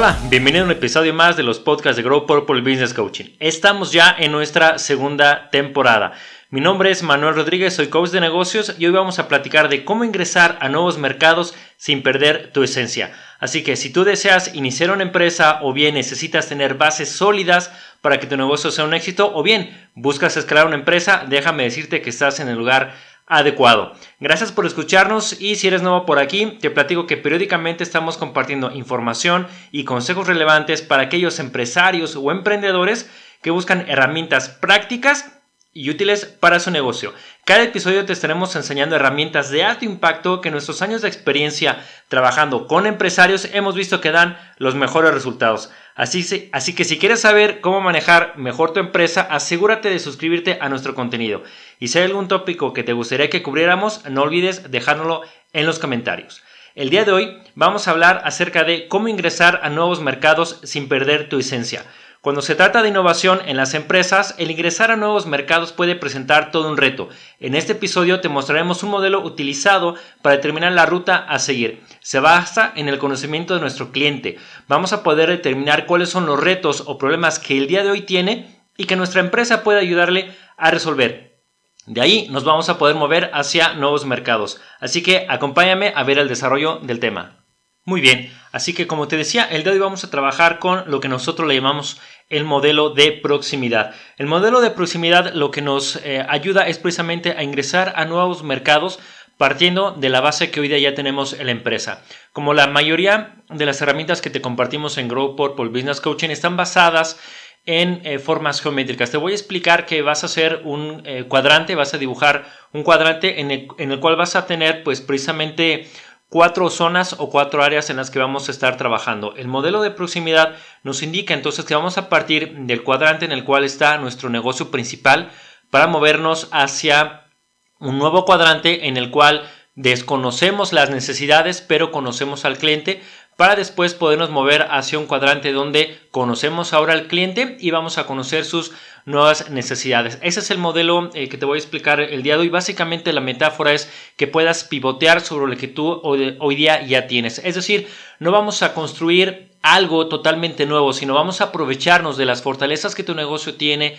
Hola, bienvenido a un episodio más de los podcasts de Grow Purple Business Coaching. Estamos ya en nuestra segunda temporada. Mi nombre es Manuel Rodríguez, soy coach de negocios y hoy vamos a platicar de cómo ingresar a nuevos mercados sin perder tu esencia. Así que si tú deseas iniciar una empresa o bien necesitas tener bases sólidas para que tu negocio sea un éxito o bien buscas escalar una empresa, déjame decirte que estás en el lugar adecuado. Gracias por escucharnos y si eres nuevo por aquí, te platico que periódicamente estamos compartiendo información y consejos relevantes para aquellos empresarios o emprendedores que buscan herramientas prácticas y útiles para su negocio. Cada episodio te estaremos enseñando herramientas de alto impacto que en nuestros años de experiencia trabajando con empresarios hemos visto que dan los mejores resultados. Así que si quieres saber cómo manejar mejor tu empresa, asegúrate de suscribirte a nuestro contenido. Y si hay algún tópico que te gustaría que cubriéramos, no olvides dejárnoslo en los comentarios. El día de hoy vamos a hablar acerca de cómo ingresar a nuevos mercados sin perder tu esencia. Cuando se trata de innovación en las empresas, el ingresar a nuevos mercados puede presentar todo un reto. En este episodio te mostraremos un modelo utilizado para determinar la ruta a seguir. Se basa en el conocimiento de nuestro cliente. Vamos a poder determinar cuáles son los retos o problemas que el día de hoy tiene y que nuestra empresa puede ayudarle a resolver. De ahí nos vamos a poder mover hacia nuevos mercados. Así que acompáñame a ver el desarrollo del tema. Muy bien, así que como te decía, el día de hoy vamos a trabajar con lo que nosotros le llamamos el modelo de proximidad. El modelo de proximidad lo que nos ayuda es precisamente a ingresar a nuevos mercados partiendo de la base que hoy día ya tenemos en la empresa. Como la mayoría de las herramientas que te compartimos en Grow Purple Business Coaching están basadas en formas geométricas. Te voy a explicar que vas a hacer un cuadrante, vas a dibujar un cuadrante en el cual vas a tener pues precisamente 4 zonas o 4 áreas en las que vamos a estar trabajando. El modelo de proximidad nos indica entonces que vamos a partir del cuadrante en el cual está nuestro negocio principal para movernos hacia un nuevo cuadrante en el cual desconocemos las necesidades pero conocemos al cliente, para después podernos mover hacia un cuadrante donde conocemos ahora al cliente y vamos a conocer sus nuevas necesidades. Ese es el modelo que te voy a explicar el día de hoy. Básicamente la metáfora es que puedas pivotear sobre lo que tú hoy día ya tienes. Es decir, no vamos a construir algo totalmente nuevo, sino vamos a aprovecharnos de las fortalezas que tu negocio tiene,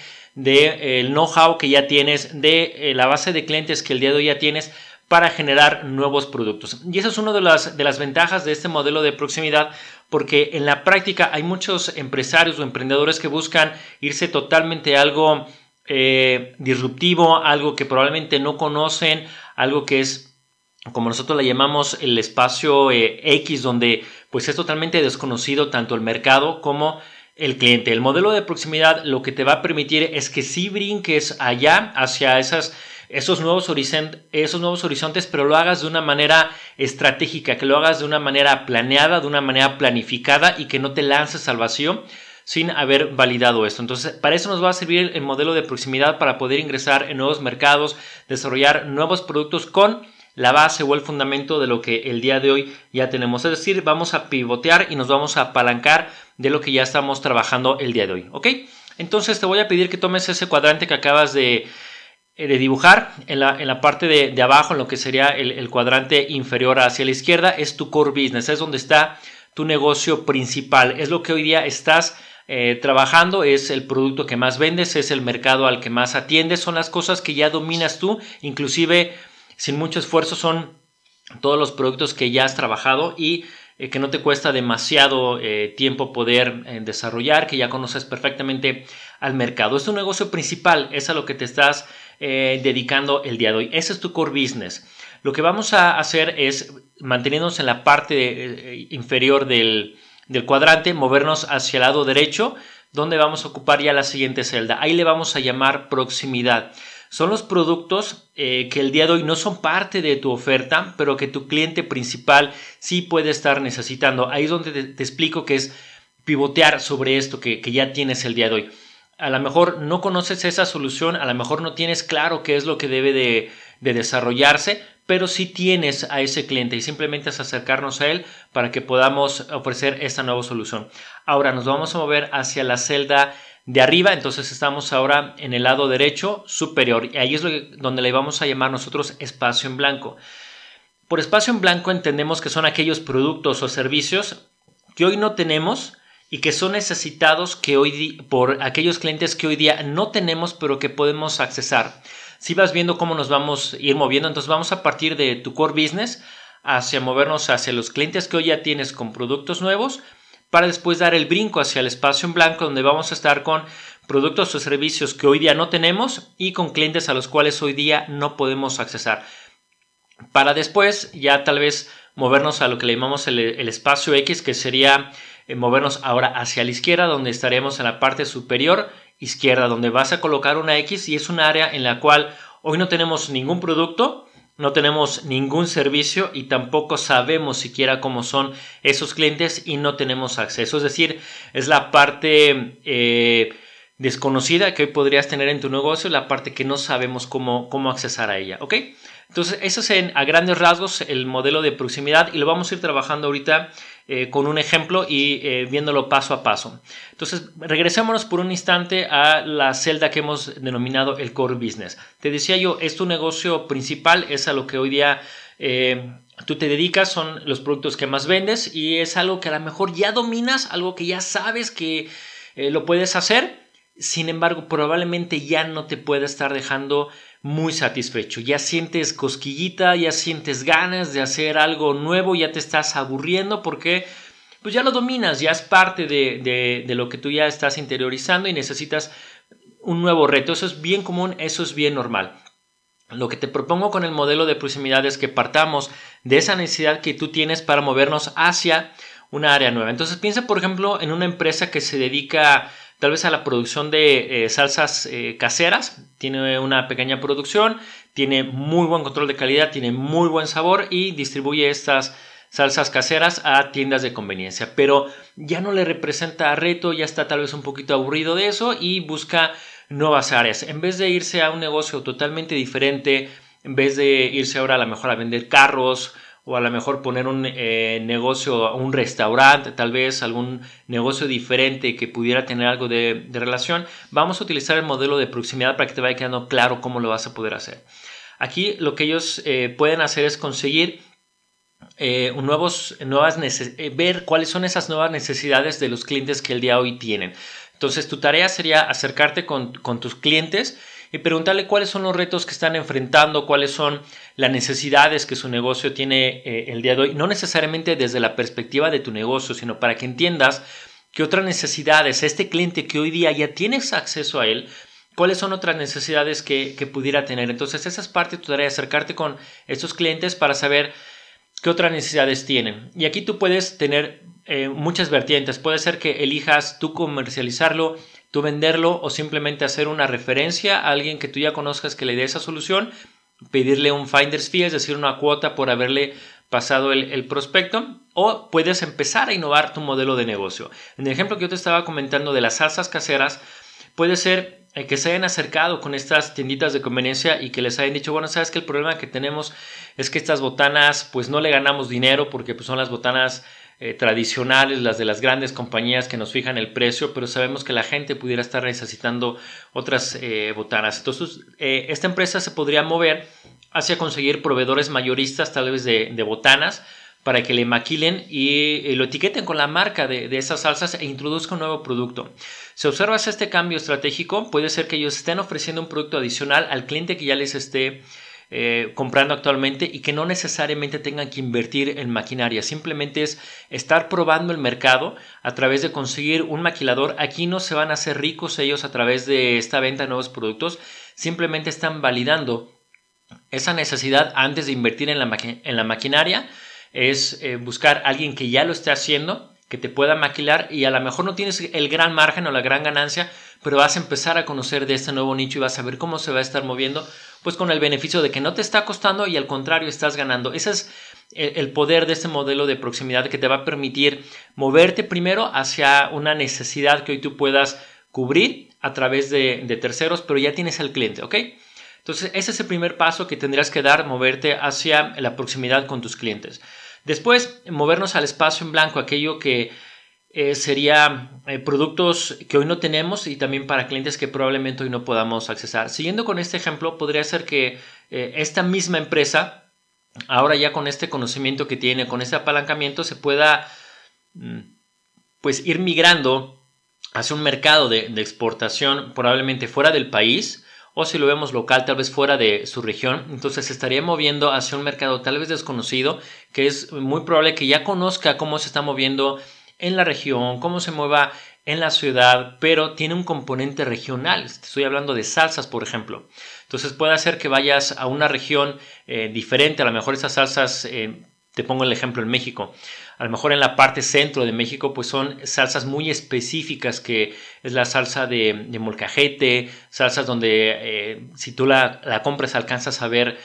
del know-how que ya tienes, de la base de clientes que el día de hoy ya tienes, para generar nuevos productos. Y esa es una de las ventajas de este modelo de proximidad, porque en la práctica hay muchos empresarios o emprendedores que buscan irse totalmente a algo disruptivo, algo que probablemente no conocen, algo que es, como nosotros le llamamos, el espacio X, donde pues es totalmente desconocido tanto el mercado como el cliente. El modelo de proximidad lo que te va a permitir es que sí brinques allá hacia esos nuevos horizontes, pero lo hagas de una manera estratégica, que lo hagas de una manera planeada, de una manera planificada y que no te lances al vacío sin haber validado esto. Entonces, para eso nos va a servir el modelo de proximidad, para poder ingresar en nuevos mercados, desarrollar nuevos productos con la base o el fundamento de lo que el día de hoy ya tenemos. Es decir, vamos a pivotear y nos vamos a apalancar de lo que ya estamos trabajando el día de hoy. ¿Ok? Entonces, te voy a pedir que tomes ese cuadrante que acabas de dibujar en la parte de abajo, en lo que sería el cuadrante inferior hacia la izquierda. Es tu core business, es donde está tu negocio principal, es lo que hoy día estás trabajando, es el producto que más vendes, es el mercado al que más atiendes, son las cosas que ya dominas tú, inclusive sin mucho esfuerzo son todos los productos que ya has trabajado y que no te cuesta demasiado tiempo poder desarrollar, que ya conoces perfectamente al mercado. Es tu negocio principal, es a lo que te estás dedicando el día de hoy. Ese es tu core business. Lo que vamos a hacer es, manteniéndonos en la parte inferior del cuadrante, movernos hacia el lado derecho, donde vamos a ocupar ya la siguiente celda. Ahí le vamos a llamar proximidad. Son los productos que el día de hoy no son parte de tu oferta, pero que tu cliente principal sí puede estar necesitando. Ahí es donde te explico que es pivotear sobre esto que ya tienes el día de hoy. A lo mejor no conoces esa solución, a lo mejor no tienes claro qué es lo que debe de desarrollarse, pero sí tienes a ese cliente y simplemente es acercarnos a él para que podamos ofrecer esta nueva solución. Ahora nos vamos a mover hacia la celda de arriba, entonces estamos ahora en el lado derecho superior y ahí es donde le vamos a llamar nosotros espacio en blanco. Por espacio en blanco entendemos que son aquellos productos o servicios que hoy no tenemos y que son necesitados por aquellos clientes que hoy día no tenemos, pero que podemos accesar. Si vas viendo cómo nos vamos a ir moviendo, entonces vamos a partir de tu core business hacia movernos hacia los clientes que hoy ya tienes con productos nuevos, para después dar el brinco hacia el espacio en blanco, donde vamos a estar con productos o servicios que hoy día no tenemos y con clientes a los cuales hoy día no podemos accesar. Para después ya tal vez movernos a lo que le llamamos el espacio X, que sería movernos ahora hacia la izquierda, donde estaremos en la parte superior izquierda, donde vas a colocar una X, y es un área en la cual hoy no tenemos ningún producto, no tenemos ningún servicio y tampoco sabemos siquiera cómo son esos clientes y no tenemos acceso. Es decir, es la parte desconocida que hoy podrías tener en tu negocio, la parte que no sabemos cómo accesar a ella, ¿ok? Entonces, eso es a grandes rasgos el modelo de proximidad, y lo vamos a ir trabajando ahorita con un ejemplo y viéndolo paso a paso. Entonces, regresémonos por un instante a la celda que hemos denominado el core business. Te decía yo, es tu negocio principal, es a lo que hoy día tú te dedicas, son los productos que más vendes, y es algo que a lo mejor ya dominas, algo que ya sabes que lo puedes hacer. Sin embargo, probablemente ya no te pueda estar dejando muy satisfecho. Ya sientes cosquillita, ya sientes ganas de hacer algo nuevo, ya te estás aburriendo porque pues ya lo dominas, ya es parte de lo que tú ya estás interiorizando y necesitas un nuevo reto. Eso es bien común, eso es bien normal. Lo que te propongo con el modelo de proximidad es que partamos de esa necesidad que tú tienes para movernos hacia una área nueva. Entonces piensa, por ejemplo, en una empresa que se dedica tal vez a la producción de salsas caseras. Tiene una pequeña producción, tiene muy buen control de calidad, tiene muy buen sabor y distribuye estas salsas caseras a tiendas de conveniencia. Pero ya no le representa reto, ya está tal vez un poquito aburrido de eso y busca nuevas áreas. En vez de irse a un negocio totalmente diferente, en vez de irse ahora a lo mejor a vender carros, o a lo mejor poner un negocio, un restaurante, tal vez algún negocio diferente que pudiera tener algo de relación, vamos a utilizar el modelo de proximidad para que te vaya quedando claro cómo lo vas a poder hacer. Aquí lo que ellos pueden hacer es conseguir ver cuáles son esas nuevas necesidades de los clientes que el día de hoy tienen. Entonces tu tarea sería acercarte con tus clientes y preguntarle cuáles son los retos que están enfrentando, cuáles son las necesidades que su negocio tiene el día de hoy. No necesariamente desde la perspectiva de tu negocio, sino para que entiendas qué otras necesidades, este cliente que hoy día ya tienes acceso a él, cuáles son otras necesidades que pudiera tener. Entonces esa es parte de tu tarea, acercarte con estos clientes para saber qué otras necesidades tienen. Y aquí tú puedes tener muchas vertientes. Puede ser que elijas tú comercializarlo, tú venderlo, o simplemente hacer una referencia a alguien que tú ya conozcas que le dé esa solución, pedirle un finder's fee, es decir, una cuota por haberle pasado el prospecto, o puedes empezar a innovar tu modelo de negocio. En el ejemplo que yo te estaba comentando de las salsas caseras, puede ser que se hayan acercado con estas tienditas de conveniencia y que les hayan dicho, bueno, sabes que el problema que tenemos es que estas botanas pues no le ganamos dinero porque pues, son las botanas tradicionales, las de las grandes compañías que nos fijan el precio, pero sabemos que la gente pudiera estar necesitando otras botanas. Entonces esta empresa se podría mover hacia conseguir proveedores mayoristas tal vez de botanas para que le maquilen y lo etiqueten con la marca de esas salsas e introduzcan un nuevo producto. Si observas este cambio estratégico, puede ser que ellos estén ofreciendo un producto adicional al cliente que ya les esté comprando actualmente y que no necesariamente tengan que invertir en maquinaria. Simplemente es estar probando el mercado a través de conseguir un maquilador. Aquí no se van a hacer ricos ellos a través de esta venta de nuevos productos. Simplemente están validando esa necesidad antes de invertir en la maquinaria. Es buscar a alguien que ya lo esté haciendo, que te pueda maquilar, y a lo mejor no tienes el gran margen o la gran ganancia, pero vas a empezar a conocer de este nuevo nicho y vas a ver cómo se va a estar moviendo, pues con el beneficio de que no te está costando y al contrario estás ganando. Ese es el poder de este modelo de proximidad que te va a permitir moverte primero hacia una necesidad que hoy tú puedas cubrir a través de terceros, pero ya tienes al cliente, ¿ok? Entonces ese es el primer paso que tendrás que dar, moverte hacia la proximidad con tus clientes. Después, movernos al espacio en blanco, aquello que sería productos que hoy no tenemos y también para clientes que probablemente hoy no podamos accesar. Siguiendo con este ejemplo, podría ser que esta misma empresa, ahora ya con este conocimiento que tiene, con este apalancamiento, se pueda pues ir migrando hacia un mercado de exportación probablemente fuera del país, o si lo vemos local, tal vez fuera de su región. Entonces se estaría moviendo hacia un mercado tal vez desconocido, que es muy probable que ya conozca cómo se está moviendo en la región, cómo se mueva en la ciudad, pero tiene un componente regional. Estoy hablando de salsas, por ejemplo. Entonces puede hacer que vayas a una región diferente. A lo mejor esas salsas, te pongo el ejemplo en México. A lo mejor en la parte centro de México pues son salsas muy específicas, que es la salsa de molcajete, salsas donde si tú la compras alcanzas a ver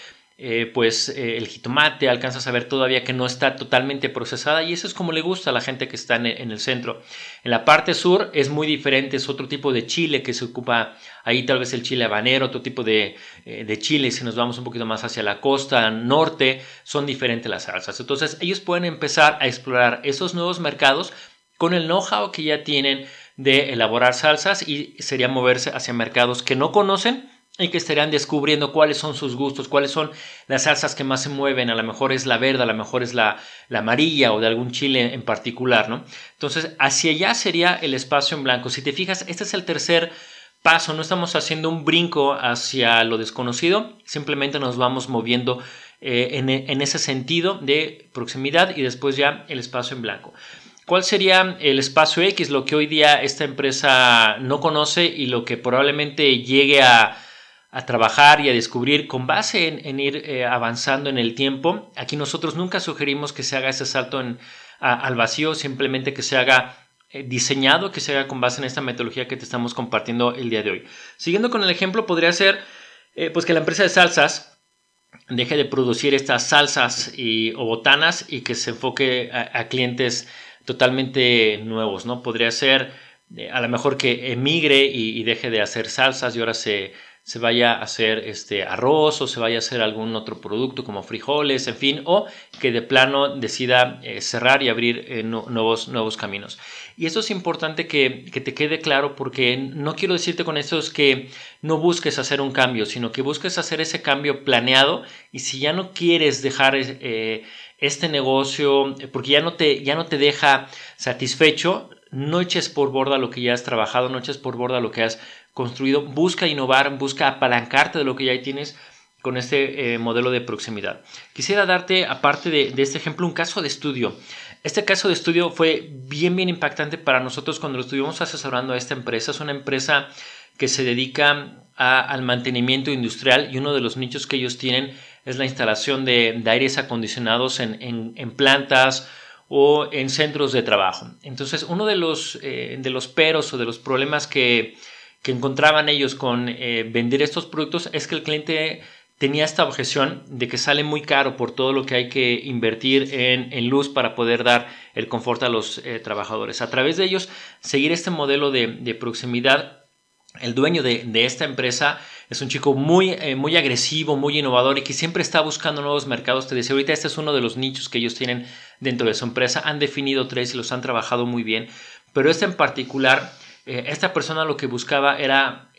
el jitomate, alcanzas a ver todavía que no está totalmente procesada, y eso es como le gusta a la gente que está en el centro. En la parte sur es muy diferente, es otro tipo de chile que se ocupa ahí, tal vez el chile habanero, otro tipo de chile. Si nos vamos un poquito más hacia la costa norte, son diferentes las salsas. Entonces ellos pueden empezar a explorar esos nuevos mercados con el know-how que ya tienen de elaborar salsas, y sería moverse hacia mercados que no conocen y que estarían descubriendo cuáles son sus gustos, cuáles son las salsas que más se mueven. A lo mejor es la verde, a lo mejor es la amarilla, o de algún chile en particular, ¿no? Entonces, hacia allá sería el espacio en blanco. Si te fijas, este es el tercer paso. No estamos haciendo un brinco hacia lo desconocido, simplemente nos vamos moviendo en ese sentido de proximidad, y después ya el espacio en blanco. ¿Cuál sería el espacio X? Lo que hoy día esta empresa no conoce y lo que probablemente llegue a trabajar y a descubrir con base en ir avanzando en el tiempo. Aquí nosotros nunca sugerimos que se haga ese salto al vacío, simplemente que se haga diseñado, que se haga con base en esta metodología que te estamos compartiendo el día de hoy. Siguiendo con el ejemplo, podría ser pues que la empresa de salsas deje de producir estas salsas o botanas y que se enfoque a clientes totalmente nuevos, ¿no? Podría ser a lo mejor que emigre y deje de hacer salsas y ahora se vaya a hacer arroz, o se vaya a hacer algún otro producto como frijoles, en fin, o que de plano decida cerrar y abrir nuevos caminos. Y eso es importante que te quede claro, porque no quiero decirte con esto es que no busques hacer un cambio, sino que busques hacer ese cambio planeado. Y si ya no quieres dejar este negocio porque ya no te deja satisfecho, no eches por borda lo que ya has trabajado, no eches por borda lo que has construido. Busca innovar, busca apalancarte de lo que ya tienes con este modelo de proximidad. Quisiera darte, aparte de este ejemplo, un caso de estudio. Este caso de estudio fue bien impactante para nosotros cuando lo estuvimos asesorando a esta empresa. Es una empresa que se dedica al mantenimiento industrial, y uno de los nichos que ellos tienen es la instalación de aires acondicionados en plantas o en centros de trabajo. Entonces, uno de los peros o de los problemas que encontraban ellos con vender estos productos es que el cliente tenía esta objeción de que sale muy caro por todo lo que hay que invertir en luz para poder dar el confort a los trabajadores. A través de ellos, seguir este modelo de proximidad, el dueño de esta empresa es un chico muy agresivo, muy innovador, y que siempre está buscando nuevos mercados. Te decía ahorita, este es uno de los nichos que ellos tienen dentro de su empresa. Han definido 3 y los han trabajado muy bien, pero este en particular, esta persona lo que buscaba era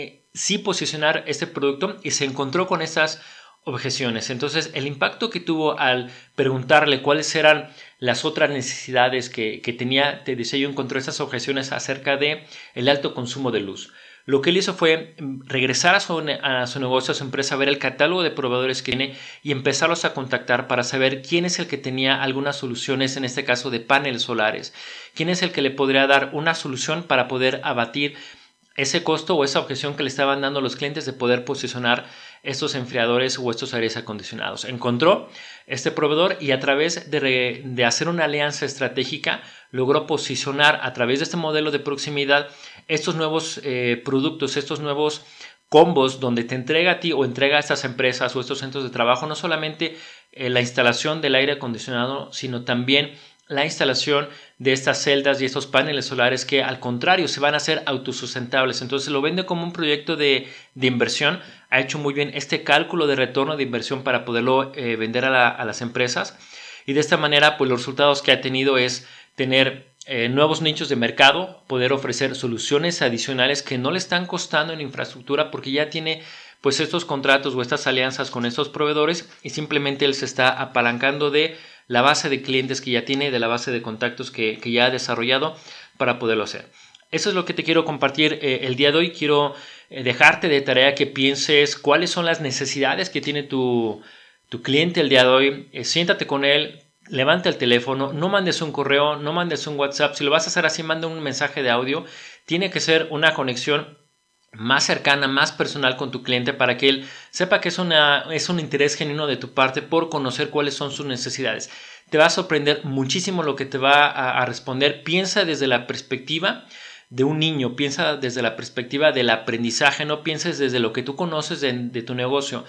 sí posicionar este producto, y se encontró con estas objeciones. Entonces, el impacto que tuvo al preguntarle cuáles eran las otras necesidades que tenía, te decía yo, encontró estas objeciones acerca de el alto consumo de luz. Lo que él hizo fue regresar a su negocio, a su empresa, ver el catálogo de proveedores que tiene y empezarlos a contactar para saber quién es el que tenía algunas soluciones, en este caso de paneles solares, quién es el que le podría dar una solución para poder abatir ese costo o esa objeción que le estaban dando los clientes de poder posicionar estos enfriadores o estos aires acondicionados. Encontró este proveedor y a través de hacer una alianza estratégica logró posicionar a través de este modelo de proximidad estos nuevos productos, estos nuevos combos donde te entrega a ti o entrega a estas empresas o estos centros de trabajo no solamente la instalación del aire acondicionado, sino también la instalación de estas celdas y estos paneles solares que al contrario se van a hacer autosustentables. Entonces lo vende como un proyecto de inversión. Ha hecho muy bien este cálculo de retorno de inversión para poderlo vender a las empresas, y de esta manera pues los resultados que ha tenido es tener nuevos nichos de mercado, poder ofrecer soluciones adicionales que no le están costando en infraestructura porque ya tiene pues estos contratos o estas alianzas con estos proveedores, y simplemente él se está apalancando de la base de clientes que ya tiene, de la base de contactos que ya ha desarrollado para poderlo hacer. Eso es lo que te quiero compartir el día de hoy. Quiero dejarte de tarea que pienses cuáles son las necesidades que tiene tu cliente el día de hoy. Siéntate con él, levanta el teléfono, no mandes un correo, no mandes un WhatsApp. Si lo vas a hacer así, manda un mensaje de audio. Tiene que ser una conexión más cercana, más personal con tu cliente para que él sepa que es un interés genuino de tu parte por conocer cuáles son sus necesidades. Te va a sorprender muchísimo lo que te va a responder. Piensa desde la perspectiva de un niño, piensa desde la perspectiva del aprendizaje, no pienses desde lo que tú conoces de tu negocio.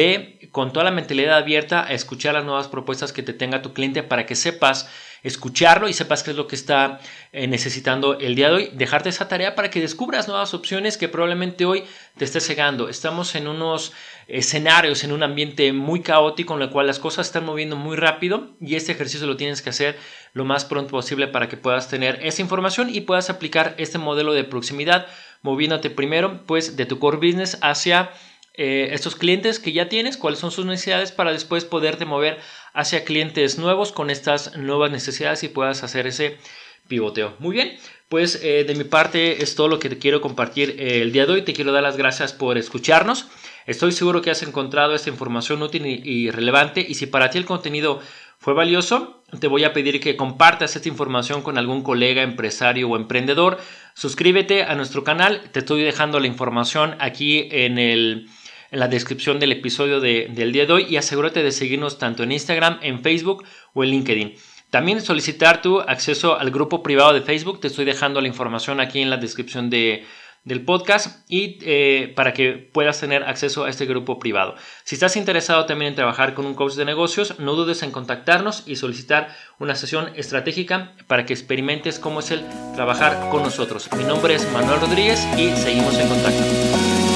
Ve con toda la mentalidad abierta a escuchar las nuevas propuestas que te tenga tu cliente para que sepas escucharlo y sepas qué es lo que está necesitando el día de hoy. Dejarte esa tarea para que descubras nuevas opciones que probablemente hoy te esté cegando. Estamos en unos escenarios, en un ambiente muy caótico en el cual las cosas están moviendo muy rápido y este ejercicio lo tienes que hacer lo más pronto posible para que puedas tener esa información y puedas aplicar este modelo de proximidad, moviéndote primero pues de tu core business hacia estos clientes que ya tienes, cuáles son sus necesidades para después poderte mover hacia clientes nuevos con estas nuevas necesidades y puedas hacer ese pivoteo. Muy bien, pues de mi parte es todo lo que te quiero compartir el día de hoy. Te quiero dar las gracias por escucharnos. Estoy seguro que has encontrado esta información útil y relevante, y si para ti el contenido fue valioso, te voy a pedir que compartas esta información con algún colega, empresario o emprendedor. Suscríbete a nuestro canal, te estoy dejando la información aquí en la descripción del episodio del día de hoy, y asegúrate de seguirnos tanto en Instagram, en Facebook o en LinkedIn. También solicitar tu acceso al grupo privado de Facebook, te estoy dejando la información aquí en la descripción del podcast y para que puedas tener acceso a este grupo privado. Si estás interesado también en trabajar con un coach de negocios, no dudes en contactarnos y solicitar una sesión estratégica para que experimentes cómo es el trabajar con nosotros. Mi nombre es Manuel Rodríguez y seguimos en contacto.